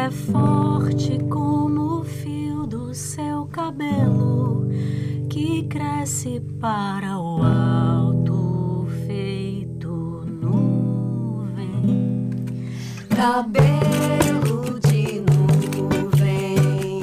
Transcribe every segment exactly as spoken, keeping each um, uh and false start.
é forte como o fio do seu cabelo que cresce para o alto feito nuvem. Cabelo de nuvem.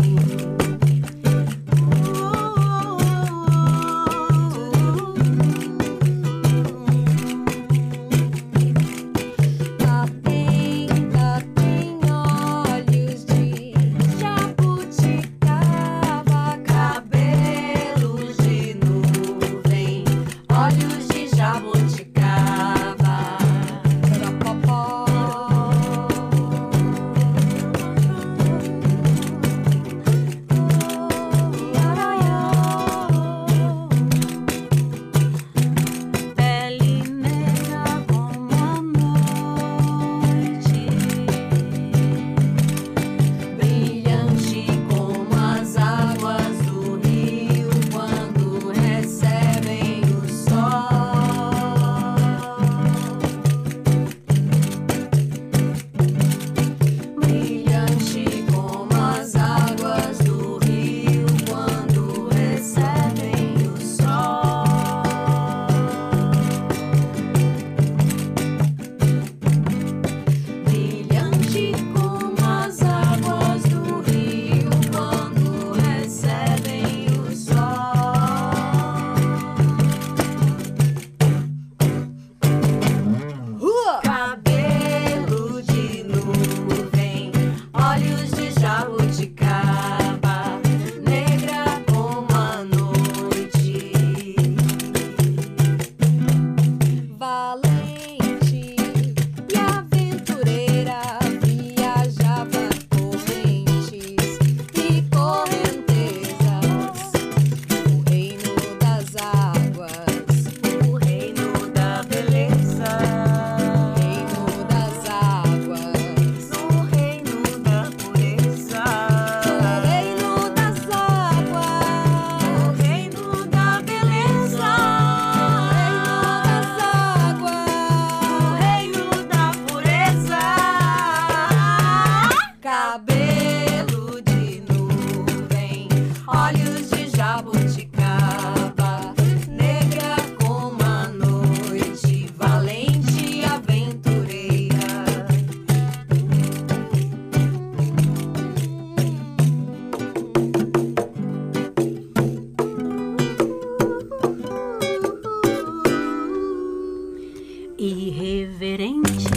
Irreverente,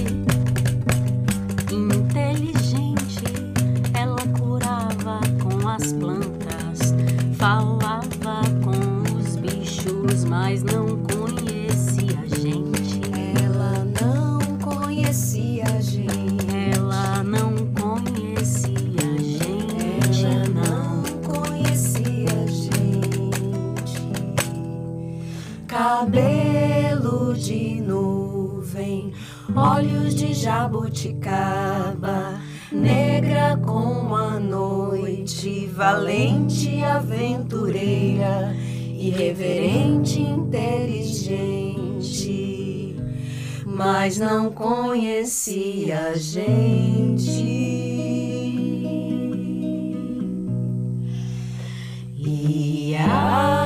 inteligente, ela curava com as plantas, falava com os bichos, mas não conhecia a gente. Ela não conhecia a gente. Ela não conhecia a gente. Ela não conhecia a gente. Cabelo de nuvem, olhos de jabuticaba, negra como a noite, valente, aventureira, irreverente, inteligente, mas não conhecia a gente. E a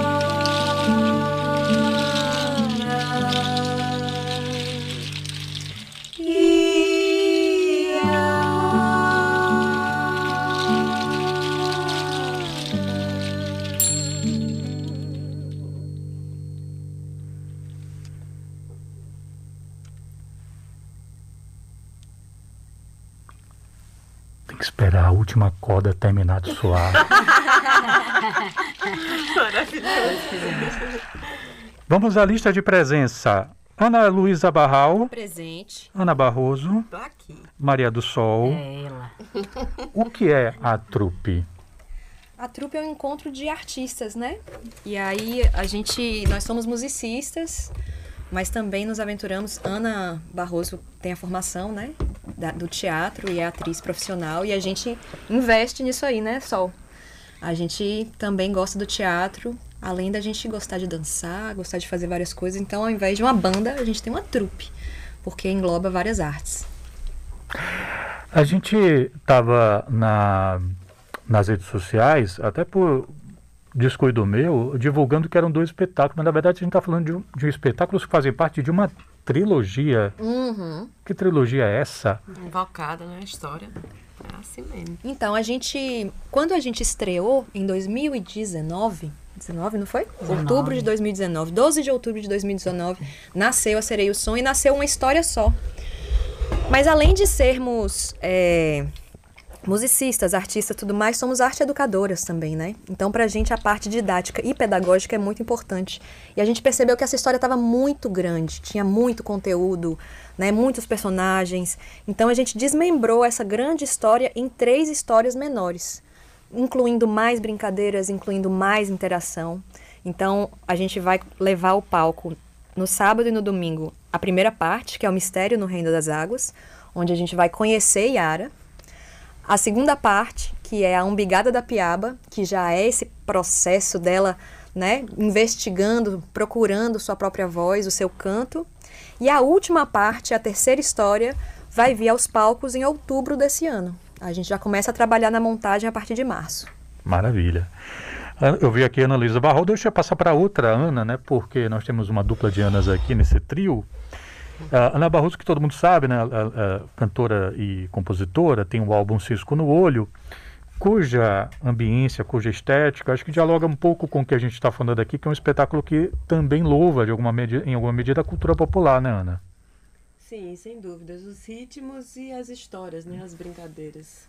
Tem que esperar a última corda terminar de soar. Vamos à lista de presença. Ana Luísa Barral. Presente. Ana Barroso. Tô aqui. Maria do Sol. É ela. O que é a trupe? A trupe é um encontro de artistas, né? E aí a gente, nós somos musicistas, mas também nos aventuramos. Ana Barroso tem a formação, né, da, do teatro e é atriz profissional, e a gente investe nisso aí, né, Sol? A gente também gosta do teatro, além da gente gostar de dançar, gostar de fazer várias coisas. Então, ao invés de uma banda, a gente tem uma trupe, porque engloba várias artes. A gente estava na, nas redes sociais, até por descuido meu, divulgando que eram dois espetáculos, mas na verdade a gente está falando de, um, de espetáculos que fazem parte de uma trilogia. Uhum. Que trilogia é essa? Invocada, né? A história. É assim mesmo. Então, a gente, quando a gente estreou em dois mil e dezenove, dezenove, não foi? dezenove. Outubro de dois mil e dezenove, doze de outubro de dois mil e dezenove, nasceu A Sereia e o Som e nasceu uma história só. Mas além de sermos é, musicistas, artistas e tudo mais, somos arte-educadoras também, né? Então, pra gente, a parte didática e pedagógica é muito importante. E a gente percebeu que essa história estava muito grande, tinha muito conteúdo, né, muitos personagens. Então, a gente desmembrou essa grande história em três histórias menores, incluindo mais brincadeiras, incluindo mais interação. Então, a gente vai levar ao palco, no sábado e no domingo, a primeira parte, que é o Mistério no Reino das Águas, onde a gente vai conhecer Yara. A segunda parte, que é a Umbigada da Piaba, que já é esse processo dela, né, investigando, procurando sua própria voz, o seu canto. E a última parte, a terceira história, vai vir aos palcos em outubro desse ano. A gente já começa a trabalhar na montagem a partir de março. Maravilha. Eu vi aqui a Ana Luísa Barral, deixa eu passar para outra Ana, né? Porque nós temos uma dupla de Anas aqui nesse trio. Uh, Ana Barroso, que todo mundo sabe, né? A, a, a cantora e compositora, tem o álbum Cisco no Olho, cuja ambiência, cuja estética, acho que dialoga um pouco com o que a gente está falando aqui, que é um espetáculo que também louva, de alguma medida, em alguma medida, a cultura popular, né, Ana? Sim, sem dúvidas. Os ritmos e as histórias, né? As brincadeiras.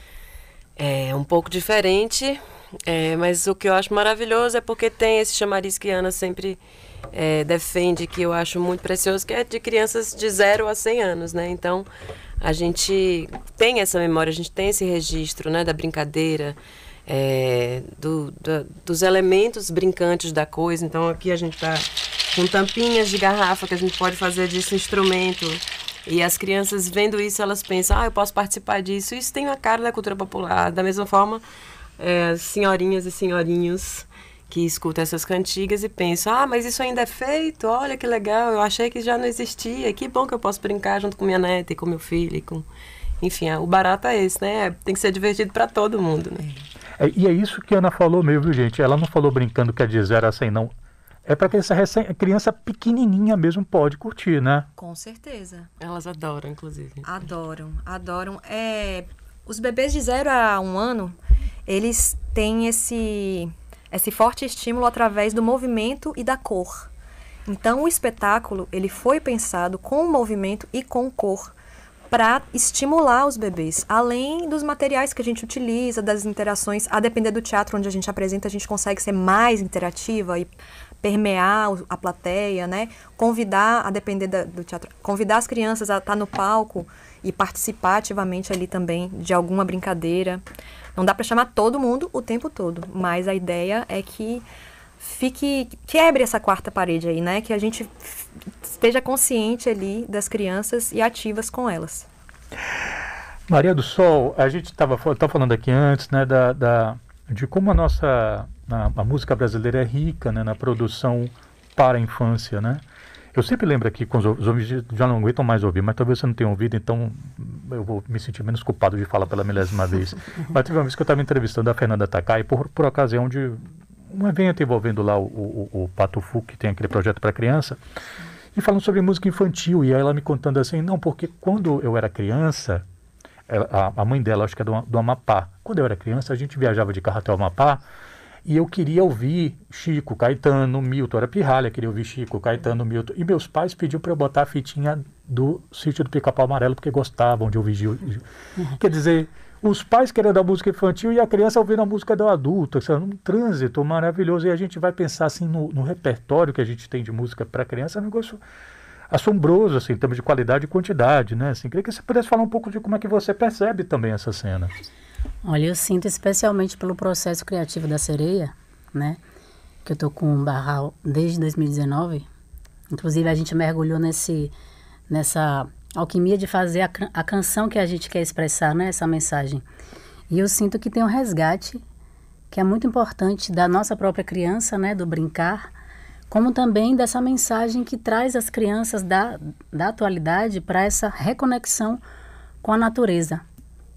É um pouco diferente, é, mas o que eu acho maravilhoso é porque tem esse chamariz que a Ana sempre é, defende, que eu acho muito precioso, que é de crianças de zero a cem anos, né? Então, a gente tem essa memória, a gente tem esse registro, né, da brincadeira, é, do, da, dos elementos brincantes da coisa. Então, aqui a gente está com tampinhas de garrafa que a gente pode fazer disso instrumento. E as crianças vendo isso, elas pensam, ah, eu posso participar disso. Isso tem a cara da cultura popular. Da mesma forma, é, as senhorinhas e senhorinhos que escutam essas cantigas e pensam, ah, mas isso ainda é feito? Olha que legal, eu achei que já não existia. Que bom que eu posso brincar junto com minha neta e com meu filho. E com... Enfim, o barato é esse, né? Tem que ser divertido para todo mundo, né? É, e é isso que a Ana falou mesmo, viu, gente? Ela não falou brincando que é de zero a cem, não. É para que essa recém, criança pequenininha mesmo pode curtir, né? Com certeza. Elas adoram, inclusive. Adoram, adoram. É, os bebês de zero a um ano, eles têm esse, esse forte estímulo através do movimento e da cor. Então, o espetáculo, ele foi pensado com movimento e com cor para estimular os bebês, além dos materiais que a gente utiliza, das interações. A depender do teatro onde a gente apresenta, a gente consegue ser mais interativa e permear a plateia, né? Convidar, a depender da, do teatro, convidar as crianças a estar no palco e participar ativamente ali também de alguma brincadeira. Não dá para chamar todo mundo o tempo todo, mas a ideia é que fique, quebre essa quarta parede aí, né? Que a gente esteja consciente ali das crianças e ativas com elas. Maria do Sol, a gente estava falando aqui antes, né, da, da, de como a nossa a, a música brasileira é rica, né, na produção para a infância, né? Eu sempre lembro aqui, com os, os ouvintes já não aguentam mais ouvir, mas talvez você não tenha ouvido, então eu vou me sentir menos culpado de falar pela milésima vez. Mas teve uma vez que eu estava entrevistando a Fernanda Takai por, por ocasião de um evento envolvendo lá o, o, o Pato Fu, que tem aquele projeto para criança, e falando sobre música infantil, e aí ela me contando assim, não, porque quando eu era criança, ela, a, a mãe dela, acho que é do, do Amapá, quando eu era criança, a gente viajava de carro até o Amapá, e eu queria ouvir Chico, Caetano, Milton, era pirralha, queria ouvir Chico, Caetano, Milton, e meus pais pediam para eu botar a fitinha do Sítio do Pica-Pau Amarelo, porque gostavam de ouvir Gil. Uhum. Quer dizer, os pais querendo a música infantil e a criança ouvindo a música do adulto, assim, um trânsito maravilhoso, e a gente vai pensar assim no, no repertório que a gente tem de música para criança, é um negócio assombroso, assim, em termos de qualidade e quantidade, né? Assim, queria que você pudesse falar um pouco de como é que você percebe também essa cena. Olha, eu sinto especialmente pelo processo criativo da Sereia, né? Que eu tô com o Barral desde dois mil e dezenove. Inclusive, a gente mergulhou nesse, nessa alquimia de fazer a, a canção que a gente quer expressar, né? Essa mensagem. E eu sinto que tem um resgate que é muito importante da nossa própria criança, né? Do brincar, como também dessa mensagem que traz as crianças da, da atualidade para essa reconexão com a natureza.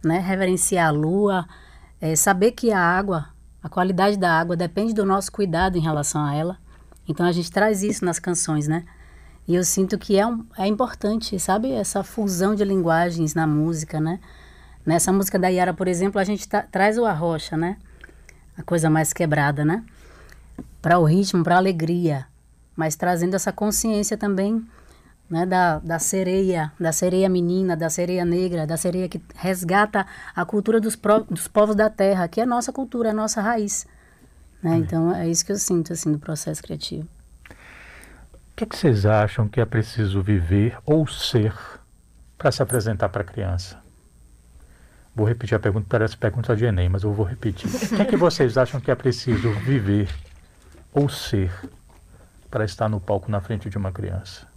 né? Reverenciar a lua, é, saber que a água, a qualidade da água depende do nosso cuidado em relação a ela. Então a gente traz isso nas canções, né? E eu sinto que é, um, é importante, sabe? Essa fusão de linguagens na música, né? Nessa música da Yara, por exemplo, a gente tá, traz o arrocha, né? A coisa mais quebrada, né? Para o ritmo, para a alegria, mas trazendo essa consciência também, né, da, da sereia, da sereia menina, da sereia negra, da sereia que resgata a cultura dos, pro, dos povos da terra, que é a nossa cultura, a nossa raiz. Né? Hum. Então, é isso que eu sinto, assim, do processo criativo. O que, é que vocês acham que é preciso viver ou ser para se apresentar para a criança? Vou repetir a pergunta, parece pergunta de Enem, mas eu vou repetir. O que é que vocês acham que é preciso viver ou ser para estar no palco na frente de uma criança?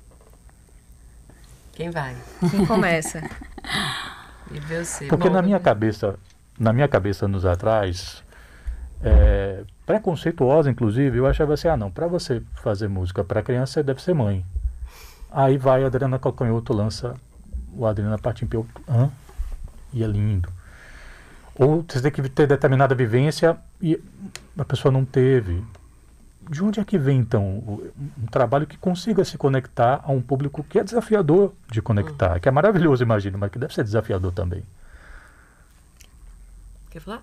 Quem vai? Quem começa? Viver ou ser. Porque Bom, na minha cabeça, na minha cabeça anos atrás, é, preconceituosa inclusive, eu achava assim, ah não, para você fazer música para criança você deve ser mãe. Aí vai a Adriana Calcanhoto, lança o Adriana Partimpeu, hã? E é lindo. Ou você tem que ter determinada vivência e a pessoa não teve. De onde é que vem, então, um trabalho que consiga se conectar a um público que é desafiador de conectar, hum. que é maravilhoso, imagino, mas que deve ser desafiador também? Quer falar?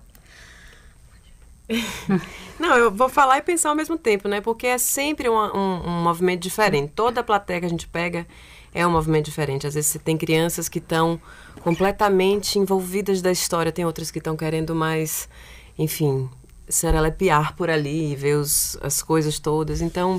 Não, eu vou falar e pensar ao mesmo tempo, né? Porque é sempre uma, um, um movimento diferente. Toda a plateia que a gente pega é um movimento diferente. Às vezes você tem crianças que estão completamente envolvidas da história, tem outras que estão querendo mais, enfim, serelepiar por ali e ver os, as coisas todas. Então,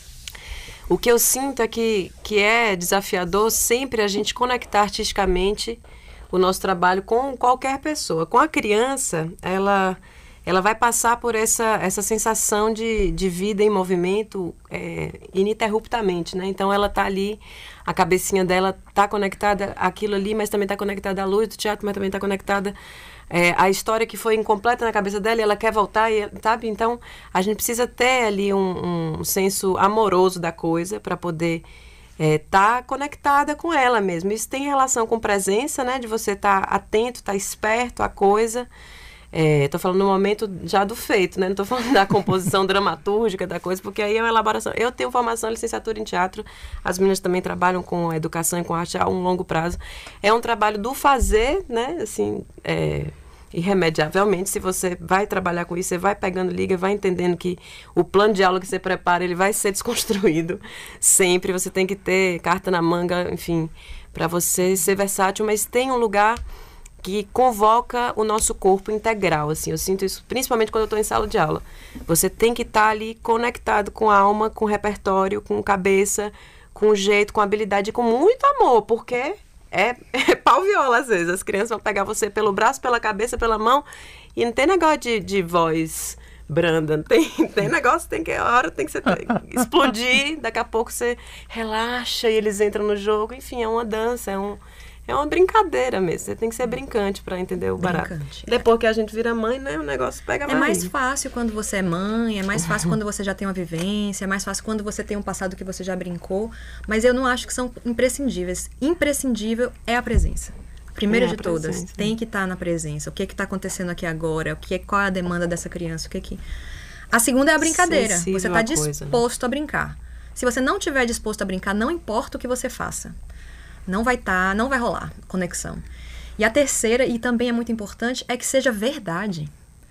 o que eu sinto é que, que é desafiador sempre a gente conectar artisticamente o nosso trabalho com qualquer pessoa. Com a criança, ela... ela vai passar por essa, essa sensação de, de vida em movimento é, ininterruptamente, né? Então, ela está ali, a cabecinha dela está conectada àquilo ali, mas também está conectada à luz do teatro, mas também está conectada é, à história que foi incompleta na cabeça dela e ela quer voltar, e, sabe? Então, a gente precisa ter ali um, um senso amoroso da coisa para poder estar é, tá conectada com ela mesmo. Isso tem relação com presença, né? De você estar tá atento, estar tá esperto à coisa. Estou é, falando no momento já do feito, né? Não estou falando da composição dramatúrgica da coisa, porque aí é uma elaboração. Eu tenho formação em licenciatura em teatro, as meninas também trabalham com educação e com arte a um longo prazo. É um trabalho do fazer, né? Assim, é, irremediavelmente, se você vai trabalhar com isso, você vai pegando liga, vai entendendo que o plano de aula que você prepara, ele vai ser desconstruído sempre. Você tem que ter carta na manga, enfim, para você ser versátil, mas tem um lugar que convoca o nosso corpo integral, assim, eu sinto isso principalmente quando eu estou em sala de aula. Você tem que estar tá ali conectado com a alma, com o repertório, com cabeça, com jeito, com habilidade, com muito amor, porque é, é pau-viola às vezes. As crianças vão pegar você pelo braço, pela cabeça, pela mão, e não tem negócio de, de voz branda, não tem, tem negócio, tem que, a hora tem que você explodir, daqui a pouco você relaxa e eles entram no jogo, enfim, é uma dança, é um... é uma brincadeira mesmo, você tem que ser brincante para entender o barato. Brincante, é. Depois que a gente vira mãe, né, o negócio pega mais. É mais fácil quando você é mãe, é mais fácil quando você já tem uma vivência, é mais fácil quando você tem um passado que você já brincou, mas eu não acho que são imprescindíveis. Imprescindível é a presença. Primeiro de todas, tem que estar na presença. O que está acontecendo aqui agora? O que, qual é a demanda dessa criança? O que que... A segunda é a brincadeira. Sensível você está disposto coisa, né? a brincar. Se você não estiver disposto a brincar, não importa o que você faça. Não vai estar, tá, não vai rolar conexão. E a terceira, e também é muito importante, é que seja verdade.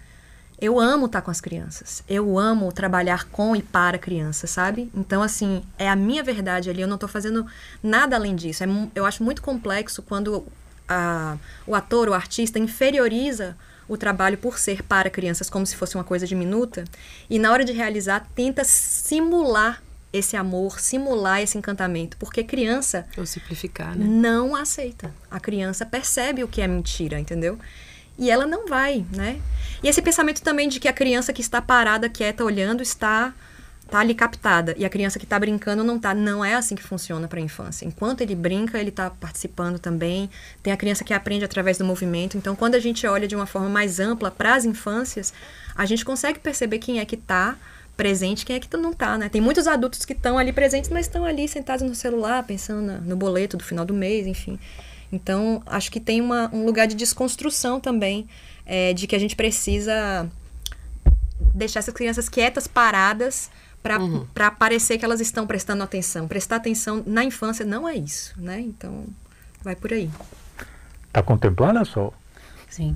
Eu amo estar com as crianças. Eu amo trabalhar com e para crianças, sabe? Então, assim, é a minha verdade ali. Eu não estou fazendo nada além disso. É, eu acho muito complexo quando a, o ator, o artista, inferioriza o trabalho por ser para crianças como se fosse uma coisa diminuta. E na hora de realizar, tenta simular esse amor, simular esse encantamento, porque criança ou simplificar, né? Não aceita. A criança percebe o que é mentira, entendeu? E ela não vai, né? E esse pensamento também de que a criança que está parada, quieta, olhando, está, está ali captada, e a criança que está brincando não está. Não é assim que funciona para a infância. Enquanto ele brinca, ele está participando também. Tem a criança que aprende através do movimento. Então, quando a gente olha de uma forma mais ampla para as infâncias, a gente consegue perceber quem é que está presente, quem é que não tá, né? Tem muitos adultos que estão ali presentes, mas estão ali sentados no celular, pensando no boleto do final do mês, enfim. Então, acho que tem uma, um lugar de desconstrução também, é, de que a gente precisa deixar essas crianças quietas, paradas, para uhum. para parecer que elas estão prestando atenção. Prestar atenção na infância não é isso, né? Então, vai por aí. Tá contemplando, Sol? Sim.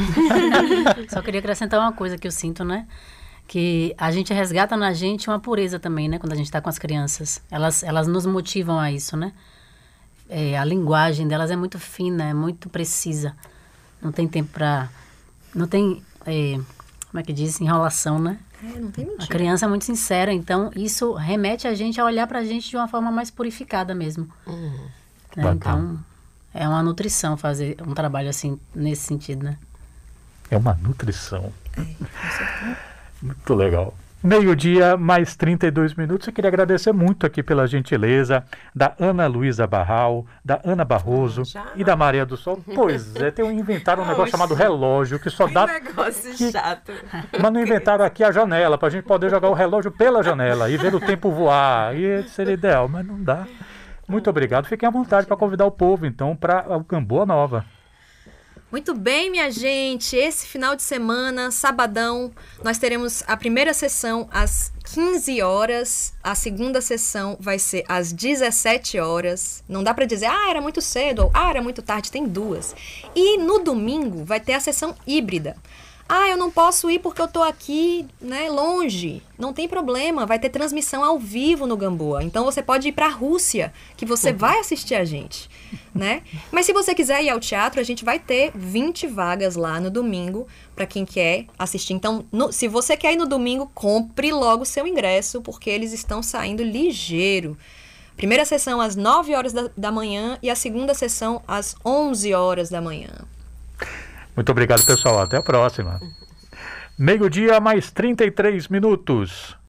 Só queria acrescentar uma coisa que eu sinto, né? Que a gente resgata na gente uma pureza também, né? Quando a gente está com as crianças. Elas, elas nos motivam a isso, né? É, a linguagem delas é muito fina, é muito precisa. Não tem tempo para... Não tem, é, como é que diz? Enrolação, né? É, não tem mentira. A criança é muito sincera, então isso remete a gente a olhar para a gente de uma forma mais purificada mesmo. Uhum. Né? Então, é uma nutrição fazer um trabalho assim, nesse sentido, né? É uma nutrição. É, com certeza. Muito legal. Meio-dia, mais trinta e dois minutos. Eu queria agradecer muito aqui pela gentileza da Ana Luísa Barral, da Ana Barroso Já? e da Maria do Sol. Pois é, tem um, inventaram um negócio Oxi. chamado relógio, que só Que dá... negócio que- chato. Mas não inventaram aqui a janela, para a gente poder jogar o relógio pela janela e ver o tempo voar. E seria ideal, mas não dá. Muito obrigado. Fiquem à vontade para convidar o povo, então, para o Gamboa Nova. Muito bem, minha gente. Esse final de semana, sabadão, nós teremos a primeira sessão às quinze horas. A segunda sessão vai ser às dezessete horas. Não dá pra dizer, ah, era muito cedo, ou ah, era muito tarde. Tem duas. E no domingo vai ter a sessão híbrida. Ah, eu não posso ir porque eu tô aqui, né, longe. Não tem problema, vai ter transmissão ao vivo no Gamboa. Então você pode ir pra Rússia, que você vai assistir a gente, né? Mas se você quiser ir ao teatro, a gente vai ter vinte vagas lá no domingo para quem quer assistir. Então, no, se você quer ir no domingo, compre logo seu ingresso, porque eles estão saindo ligeiro. Primeira sessão às nove horas da, da manhã e a segunda sessão às onze horas da manhã. Muito obrigado, pessoal. Até a próxima. Meio-dia, mais trinta e três minutos.